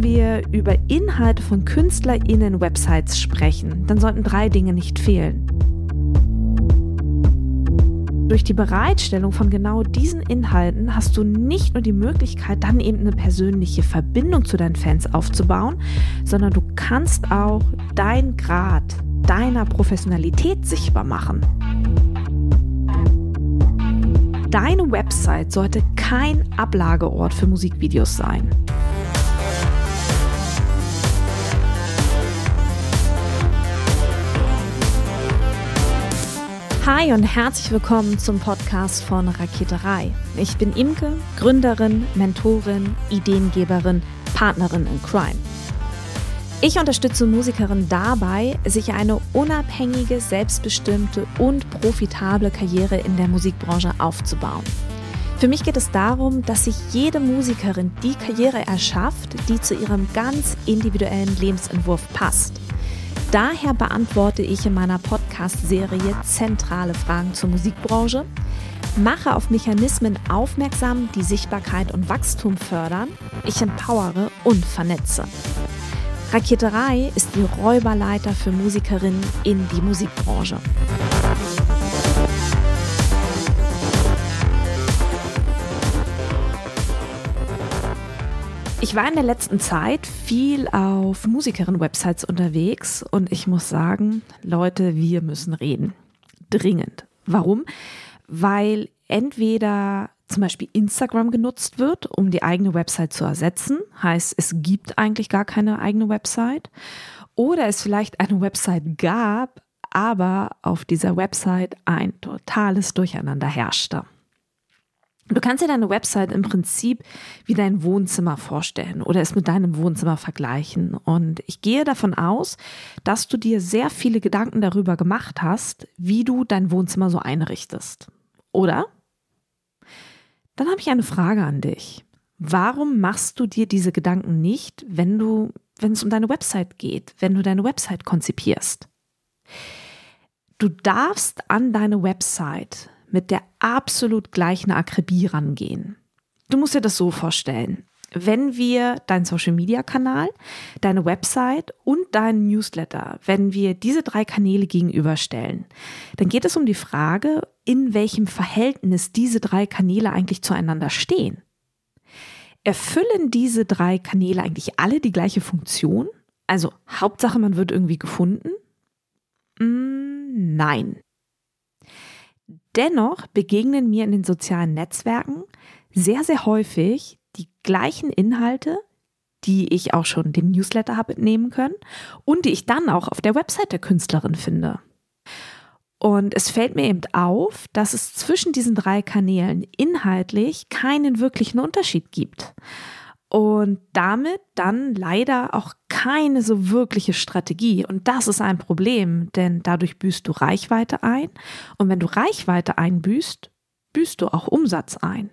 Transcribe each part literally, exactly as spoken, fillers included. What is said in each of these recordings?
wir über Inhalte von KünstlerInnen-Websites sprechen, dann sollten drei Dinge nicht fehlen. Durch die Bereitstellung von genau diesen Inhalten hast du nicht nur die Möglichkeit, dann eben eine persönliche Verbindung zu deinen Fans aufzubauen, sondern du kannst auch deinen Grad deiner Professionalität sichtbar machen. Deine Website sollte kein Ablageort für Musikvideos sein. Hi und herzlich willkommen zum Podcast von Raketerei. Ich bin Imke, Gründerin, Mentorin, Ideengeberin, Partnerin in Crime. Ich unterstütze Musikerinnen dabei, sich eine unabhängige, selbstbestimmte und profitable Karriere in der Musikbranche aufzubauen. Für mich geht es darum, dass sich jede Musikerin die Karriere erschafft, die zu ihrem ganz individuellen Lebensentwurf passt. Daher beantworte ich in meiner Podcast-Serie zentrale Fragen zur Musikbranche, mache auf Mechanismen aufmerksam, die Sichtbarkeit und Wachstum fördern, ich empowere und vernetze. Raketerei ist die Räuberleiter für Musikerinnen in die Musikbranche. Ich war in der letzten Zeit viel auf Musikerinnen-Websites unterwegs und ich muss sagen, Leute, wir müssen reden. Dringend. Warum? Weil entweder zum Beispiel Instagram genutzt wird, um die eigene Website zu ersetzen, heißt, es gibt eigentlich gar keine eigene Website, oder es vielleicht eine Website gab, aber auf dieser Website ein totales Durcheinander herrschte. Du kannst dir deine Website im Prinzip wie dein Wohnzimmer vorstellen oder es mit deinem Wohnzimmer vergleichen. Und ich gehe davon aus, dass du dir sehr viele Gedanken darüber gemacht hast, wie du dein Wohnzimmer so einrichtest. Oder? Dann habe ich eine Frage an dich. Warum machst du dir diese Gedanken nicht, wenn du, wenn es um deine Website geht, wenn du deine Website konzipierst? Du darfst an deine Website mit der absolut gleichen Akribie rangehen. Du musst dir das so vorstellen. Wenn wir deinen Social-Media-Kanal, deine Website und deinen Newsletter, wenn wir diese drei Kanäle gegenüberstellen, dann geht es um die Frage, in welchem Verhältnis diese drei Kanäle eigentlich zueinander stehen. Erfüllen diese drei Kanäle eigentlich alle die gleiche Funktion? Also Hauptsache, man wird irgendwie gefunden? Mm, nein. Dennoch begegnen mir in den sozialen Netzwerken sehr, sehr häufig die gleichen Inhalte, die ich auch schon dem Newsletter habe entnehmen können und die ich dann auch auf der Website der Künstlerin finde. Und es fällt mir eben auf, dass es zwischen diesen drei Kanälen inhaltlich keinen wirklichen Unterschied gibt. Und damit dann leider auch keine so wirkliche Strategie. Und das ist ein Problem, denn dadurch büßt du Reichweite ein. Und wenn du Reichweite einbüßt, büßt du auch Umsatz ein.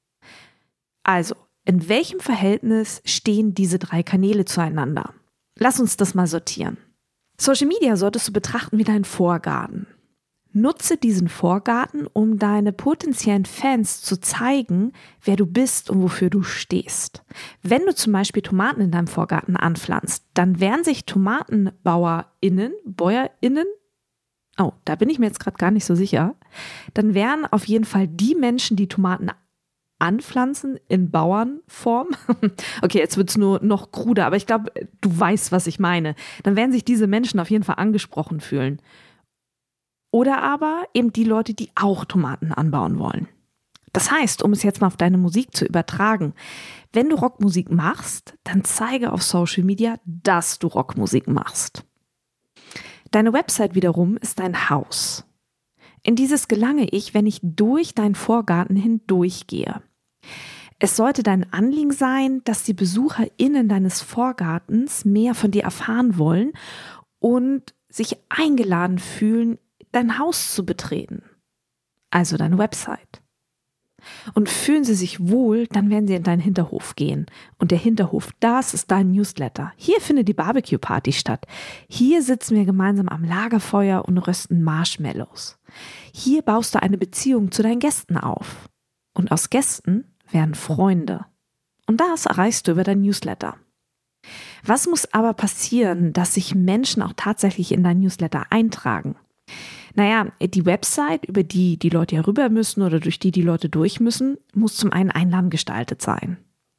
Also, in welchem Verhältnis stehen diese drei Kanäle zueinander? Lass uns das mal sortieren. Social Media solltest du betrachten wie deinen Vorgarten. Nutze diesen Vorgarten, um deine potenziellen Fans zu zeigen, wer du bist und wofür du stehst. Wenn du zum Beispiel Tomaten in deinem Vorgarten anpflanzt, dann werden sich TomatenbauerInnen, BäuerInnen, oh, da bin ich mir jetzt gerade gar nicht so sicher, dann werden auf jeden Fall die Menschen, die Tomaten anpflanzen in Bauernform, okay, jetzt wird es nur noch kruder, aber ich glaube, du weißt, was ich meine, dann werden sich diese Menschen auf jeden Fall angesprochen fühlen. Oder aber eben die Leute, die auch Tomaten anbauen wollen. Das heißt, um es jetzt mal auf deine Musik zu übertragen, wenn du Rockmusik machst, dann zeige auf Social Media, dass du Rockmusik machst. Deine Website wiederum ist dein Haus. In dieses gelange ich, wenn ich durch deinen Vorgarten hindurchgehe. Es sollte dein Anliegen sein, dass die BesucherInnen deines Vorgartens mehr von dir erfahren wollen und sich eingeladen fühlen, dein Haus zu betreten, also deine Website. Und fühlen sie sich wohl, dann werden sie in deinen Hinterhof gehen. Und der Hinterhof, das ist dein Newsletter. Hier findet die Barbecue-Party statt. Hier sitzen wir gemeinsam am Lagerfeuer und rösten Marshmallows. Hier baust du eine Beziehung zu deinen Gästen auf. Und aus Gästen werden Freunde. Und das erreichst du über dein Newsletter. Was muss aber passieren, dass sich Menschen auch tatsächlich in dein Newsletter eintragen? Naja, die Website, über die die Leute ja rüber müssen oder durch die die Leute durch müssen, muss zum einen einladend gestaltet sein.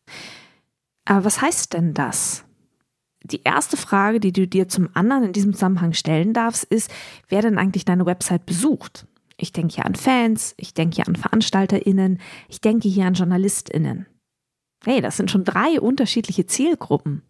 Aber was heißt denn das? Die erste Frage, die du dir zum anderen in diesem Zusammenhang stellen darfst, ist, wer denn eigentlich deine Website besucht? Ich denke hier an Fans, ich denke hier an VeranstalterInnen, ich denke hier an JournalistInnen. Hey, das sind schon drei unterschiedliche Zielgruppen.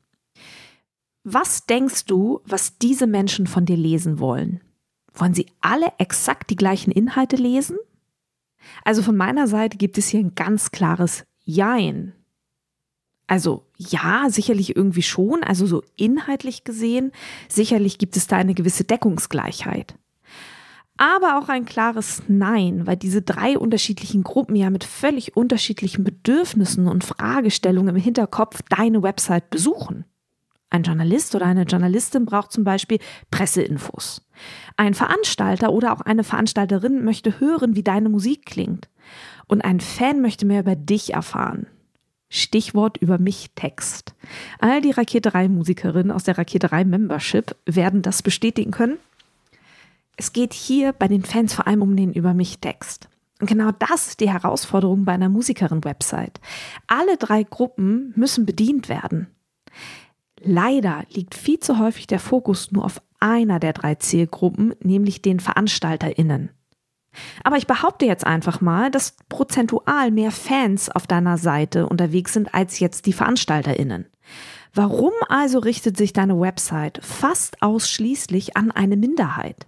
Was denkst du, was diese Menschen von dir lesen wollen? Wollen sie alle exakt die gleichen Inhalte lesen? Also von meiner Seite gibt es hier ein ganz klares Jein. Also ja, sicherlich irgendwie schon, also so inhaltlich gesehen, sicherlich gibt es da eine gewisse Deckungsgleichheit. Aber auch ein klares Nein, weil diese drei unterschiedlichen Gruppen ja mit völlig unterschiedlichen Bedürfnissen und Fragestellungen im Hinterkopf deine Website besuchen. Ein Journalist oder eine Journalistin braucht zum Beispiel Presseinfos. Ein Veranstalter oder auch eine Veranstalterin möchte hören, wie deine Musik klingt. Und ein Fan möchte mehr über dich erfahren. Stichwort über mich Text. All die Raketerei-Musikerinnen aus der Raketerei-Membership werden das bestätigen können. Es geht hier bei den Fans vor allem um den Über mich Text. Und genau das ist die Herausforderung bei einer Musikerin-Website. Alle drei Gruppen müssen bedient werden. Leider liegt viel zu häufig der Fokus nur auf einer der drei Zielgruppen, nämlich den VeranstalterInnen. Aber ich behaupte jetzt einfach mal, dass prozentual mehr Fans auf deiner Seite unterwegs sind als jetzt die VeranstalterInnen. Warum also richtet sich deine Website fast ausschließlich an eine Minderheit?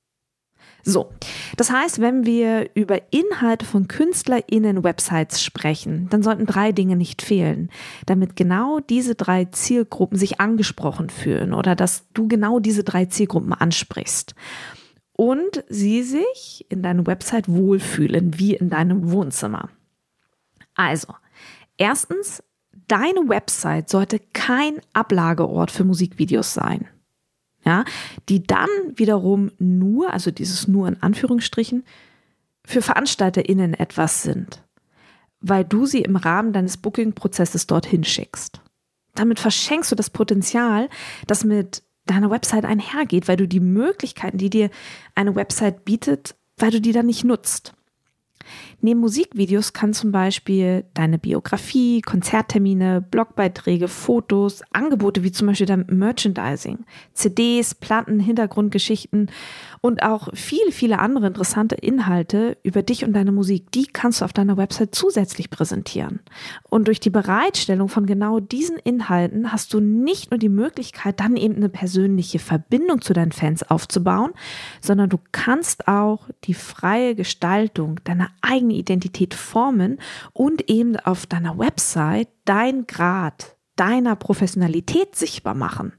So, das heißt, wenn wir über Inhalte von KünstlerInnen-Websites sprechen, dann sollten drei Dinge nicht fehlen, damit genau diese drei Zielgruppen sich angesprochen fühlen oder dass du genau diese drei Zielgruppen ansprichst und sie sich in deiner Website wohlfühlen, wie in deinem Wohnzimmer. Also, erstens, deine Website sollte kein Ablageort für Musikvideos sein. Ja, die dann wiederum nur, also dieses nur in Anführungsstrichen, für VeranstalterInnen etwas sind, weil du sie im Rahmen deines Booking-Prozesses dorthin schickst. Damit verschenkst du das Potenzial, das mit deiner Website einhergeht, weil du die Möglichkeiten, die dir eine Website bietet, weil du die dann nicht nutzt. Neben Musikvideos kann zum Beispiel deine Biografie, Konzerttermine, Blogbeiträge, Fotos, Angebote wie zum Beispiel dein Merchandising, C Ds, Platten, Hintergrundgeschichten und auch viele, viele andere interessante Inhalte über dich und deine Musik, die kannst du auf deiner Website zusätzlich präsentieren. Und durch die Bereitstellung von genau diesen Inhalten hast du nicht nur die Möglichkeit, dann eben eine persönliche Verbindung zu deinen Fans aufzubauen, sondern du kannst auch die freie Gestaltung deiner eigene Identität formen und eben auf deiner Website dein Grad deiner Professionalität sichtbar machen.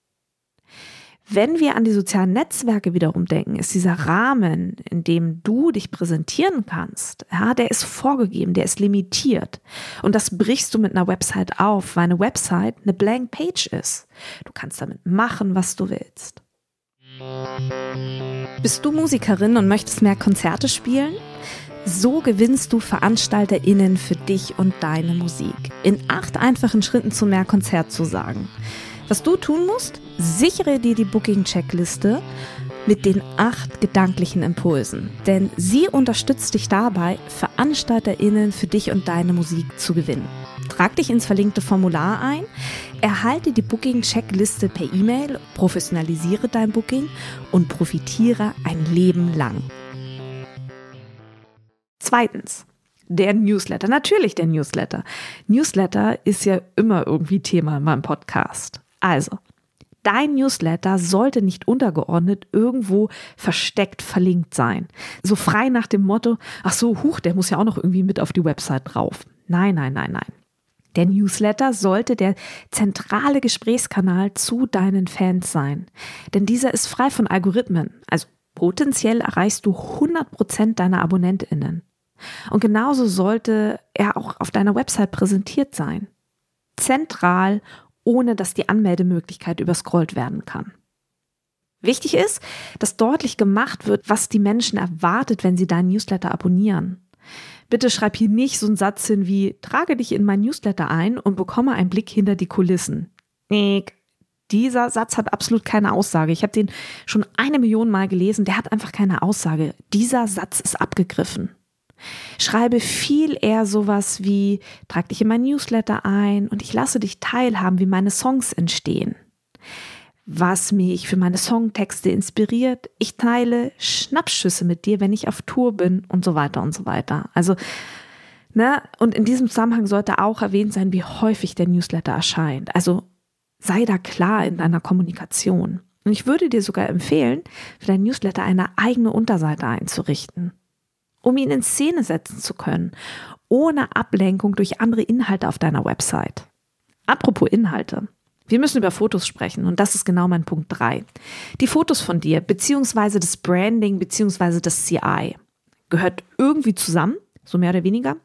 Wenn wir an die sozialen Netzwerke wiederum denken, ist dieser Rahmen, in dem du dich präsentieren kannst, ja, der ist vorgegeben, der ist limitiert. Und das brichst du mit einer Website auf, weil eine Website eine Blank Page ist. Du kannst damit machen, was du willst. Bist du Musikerin und möchtest mehr Konzerte spielen? So gewinnst du VeranstalterInnen für dich und deine Musik. In acht einfachen Schritten zu mehr Konzertzusagen. Was du tun musst? Sichere dir die Booking-Checkliste mit den acht gedanklichen Impulsen. Denn sie unterstützt dich dabei, VeranstalterInnen für dich und deine Musik zu gewinnen. Trag dich ins verlinkte Formular ein, erhalte die Booking-Checkliste per E-Mail, professionalisiere dein Booking und profitiere ein Leben lang. Zweitens, der Newsletter. Natürlich der Newsletter. Newsletter ist ja immer irgendwie Thema in meinem Podcast. Also, dein Newsletter sollte nicht untergeordnet irgendwo versteckt verlinkt sein. So frei nach dem Motto, ach so, huch, der muss ja auch noch irgendwie mit auf die Website drauf. Nein, nein, nein, nein. Der Newsletter sollte der zentrale Gesprächskanal zu deinen Fans sein. Denn dieser ist frei von Algorithmen. Also potenziell erreichst du hundert Prozent deiner AbonnentInnen. Und genauso sollte er auch auf deiner Website präsentiert sein. Zentral, ohne dass die Anmeldemöglichkeit überscrollt werden kann. Wichtig ist, dass deutlich gemacht wird, was die Menschen erwartet, wenn sie deinen Newsletter abonnieren. Bitte schreib hier nicht so einen Satz hin wie, trage dich in mein Newsletter ein und bekomme einen Blick hinter die Kulissen. Dieser Satz hat absolut keine Aussage. Ich habe den schon eine Million Mal gelesen. Der hat einfach keine Aussage. Dieser Satz ist abgegriffen. Schreibe viel eher sowas wie, trag dich in mein Newsletter ein und ich lasse dich teilhaben, wie meine Songs entstehen. Was mich für meine Songtexte inspiriert. Ich teile Schnappschüsse mit dir, wenn ich auf Tour bin und so weiter und so weiter. Also, ne, und in diesem Zusammenhang sollte auch erwähnt sein, wie häufig der Newsletter erscheint. Also, sei da klar in deiner Kommunikation. Und ich würde dir sogar empfehlen, für dein Newsletter eine eigene Unterseite einzurichten, um ihn in Szene setzen zu können, ohne Ablenkung durch andere Inhalte auf deiner Website. Apropos Inhalte. Wir müssen über Fotos sprechen und das ist genau mein Punkt drei. Die Fotos von dir, beziehungsweise das Branding, beziehungsweise das C I, gehört irgendwie zusammen, so mehr oder weniger.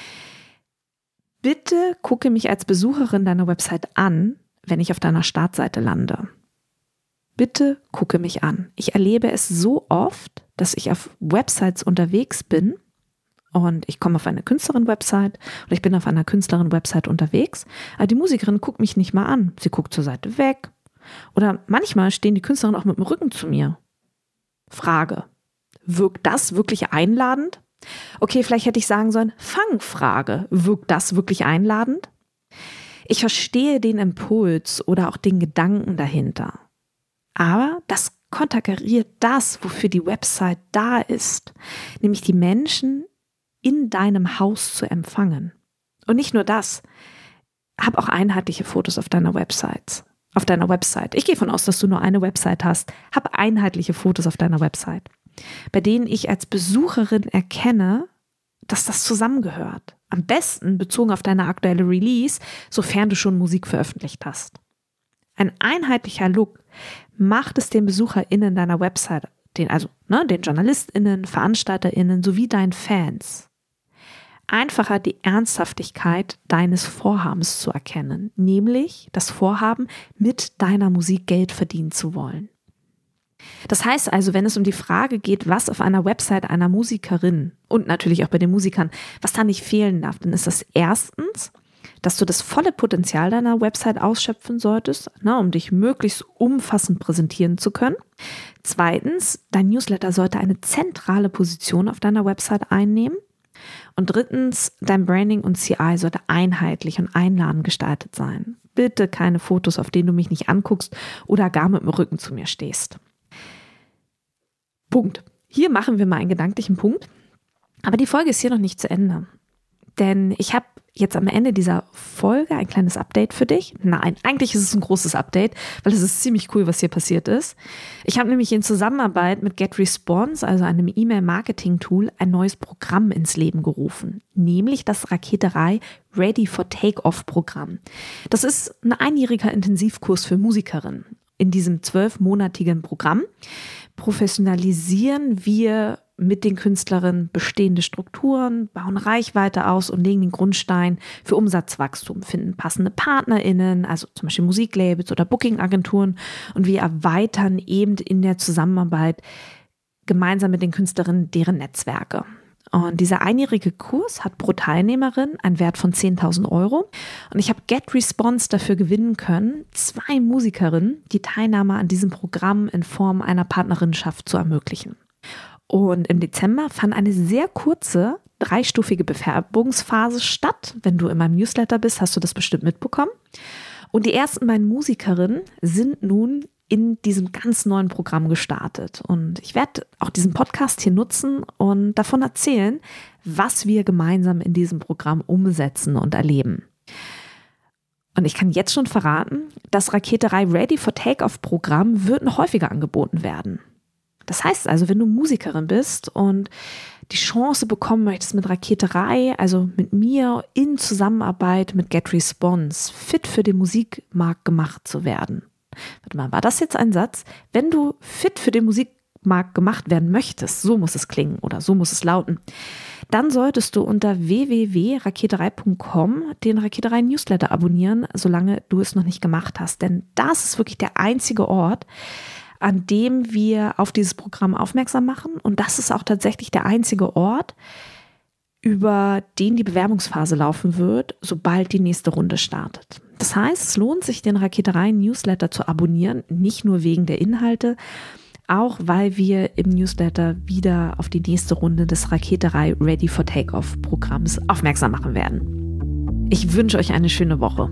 Bitte gucke mich als Besucherin deiner Website an, wenn ich auf deiner Startseite lande. Bitte gucke mich an. Ich erlebe es so oft, dass ich auf Websites unterwegs bin und ich komme auf eine Künstlerin-Website oder ich bin auf einer Künstlerin-Website unterwegs, aber die Musikerin guckt mich nicht mal an. Sie guckt zur Seite weg oder manchmal stehen die Künstlerinnen auch mit dem Rücken zu mir. Frage, wirkt das wirklich einladend? Okay, vielleicht hätte ich sagen sollen, Fangfrage, wirkt das wirklich einladend? Ich verstehe den Impuls oder auch den Gedanken dahinter. Aber das konterkariert das, wofür die Website da ist, nämlich die Menschen in deinem Haus zu empfangen. Und nicht nur das, hab auch einheitliche Fotos auf deiner Website. Auf deiner Website. Ich gehe davon aus, dass du nur eine Website hast. Hab einheitliche Fotos auf deiner Website, bei denen ich als Besucherin erkenne, dass das zusammengehört. Am besten bezogen auf deine aktuelle Release, sofern du schon Musik veröffentlicht hast. Ein einheitlicher Look macht es den BesucherInnen deiner Website, den, also ne, den JournalistInnen, VeranstalterInnen sowie deinen Fans, einfacher die Ernsthaftigkeit deines Vorhabens zu erkennen, nämlich das Vorhaben, mit deiner Musik Geld verdienen zu wollen. Das heißt also, wenn es um die Frage geht, was auf einer Website einer Musikerin und natürlich auch bei den Musikern, was da nicht fehlen darf, dann ist das erstens, dass du das volle Potenzial deiner Website ausschöpfen solltest, ne, um dich möglichst umfassend präsentieren zu können. Zweitens, dein Newsletter sollte eine zentrale Position auf deiner Website einnehmen. Und drittens, dein Branding und C I sollte einheitlich und einladend gestaltet sein. Bitte keine Fotos, auf denen du mich nicht anguckst oder gar mit dem Rücken zu mir stehst. Punkt. Hier machen wir mal einen gedanklichen Punkt. Aber die Folge ist hier noch nicht zu Ende. Denn ich habe jetzt am Ende dieser Folge ein kleines Update für dich. Nein, eigentlich ist es ein großes Update, weil es ist ziemlich cool, was hier passiert ist. Ich habe nämlich in Zusammenarbeit mit GetResponse, also einem E-Mail-Marketing-Tool, ein neues Programm ins Leben gerufen. Nämlich das Raketerei Ready for Take-Off-Programm. Das ist ein einjähriger Intensivkurs für Musikerinnen. In diesem zwölfmonatigen Programm professionalisieren wir mit den Künstlerinnen bestehende Strukturen, bauen Reichweite aus und legen den Grundstein für Umsatzwachstum, finden passende PartnerInnen, also zum Beispiel Musiklabels oder Bookingagenturen, und wir erweitern eben in der Zusammenarbeit gemeinsam mit den Künstlerinnen deren Netzwerke. Und dieser einjährige Kurs hat pro Teilnehmerin einen Wert von zehntausend Euro. Und ich habe GetResponse dafür gewinnen können, zwei Musikerinnen die Teilnahme an diesem Programm in Form einer Partnerinnenschaft zu ermöglichen. Und im Dezember fand eine sehr kurze, dreistufige Bewerbungsphase statt. Wenn du in meinem Newsletter bist, hast du das bestimmt mitbekommen. Und die ersten beiden Musikerinnen sind nun in diesem ganz neuen Programm gestartet. Und ich werde auch diesen Podcast hier nutzen und davon erzählen, was wir gemeinsam in diesem Programm umsetzen und erleben. Und ich kann jetzt schon verraten, das Raketerei Ready for Take-Off-Programm wird noch häufiger angeboten werden. Das heißt also, wenn du Musikerin bist und die Chance bekommen möchtest, mit Raketerei, also mit mir in Zusammenarbeit mit GetResponse, fit für den Musikmarkt gemacht zu werden. Warte mal, war das jetzt ein Satz? Wenn du fit für den Musikmarkt gemacht werden möchtest, so muss es klingen oder so muss es lauten, dann solltest du unter w w w punkt raketerei punkt com den Raketerei Newsletter abonnieren, solange du es noch nicht gemacht hast. Denn das ist wirklich der einzige Ort, an dem wir auf dieses Programm aufmerksam machen. Und das ist auch tatsächlich der einzige Ort, über den die Bewerbungsphase laufen wird, sobald die nächste Runde startet. Das heißt, es lohnt sich, den Raketerei-Newsletter zu abonnieren, nicht nur wegen der Inhalte, auch weil wir im Newsletter wieder auf die nächste Runde des Raketerei Ready for Takeoff-Programms aufmerksam machen werden. Ich wünsche euch eine schöne Woche.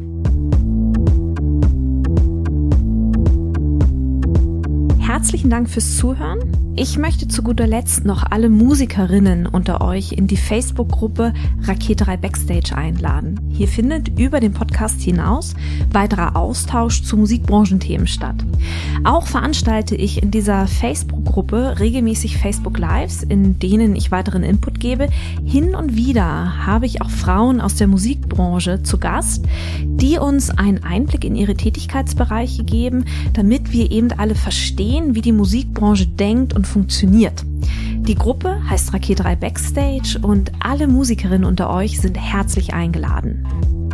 Herzlichen Dank fürs Zuhören. Ich möchte zu guter Letzt noch alle Musikerinnen unter euch in die Facebook-Gruppe Raketerei Backstage einladen. Hier findet über den Podcast hinaus weiterer Austausch zu Musikbranchenthemen statt. Auch veranstalte ich in dieser Facebook-Gruppe regelmäßig Facebook-Lives, in denen ich weiteren Input gebe. Hin und wieder habe ich auch Frauen aus der Musikbranche zu Gast, die uns einen Einblick in ihre Tätigkeitsbereiche geben, damit wir eben alle verstehen, wie die Musikbranche denkt und funktioniert. Die Gruppe heißt Raketerei Backstage und alle Musikerinnen unter euch sind herzlich eingeladen.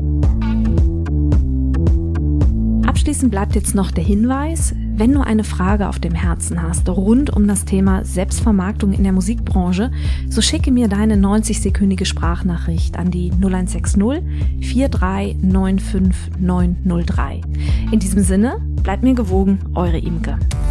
Abschließend bleibt jetzt noch der Hinweis, wenn du eine Frage auf dem Herzen hast rund um das Thema Selbstvermarktung in der Musikbranche, so schicke mir deine neunzig-sekündige Sprachnachricht an die null eins sechs null vier drei neun fünf neun null drei. In diesem Sinne, bleibt mir gewogen, eure Imke.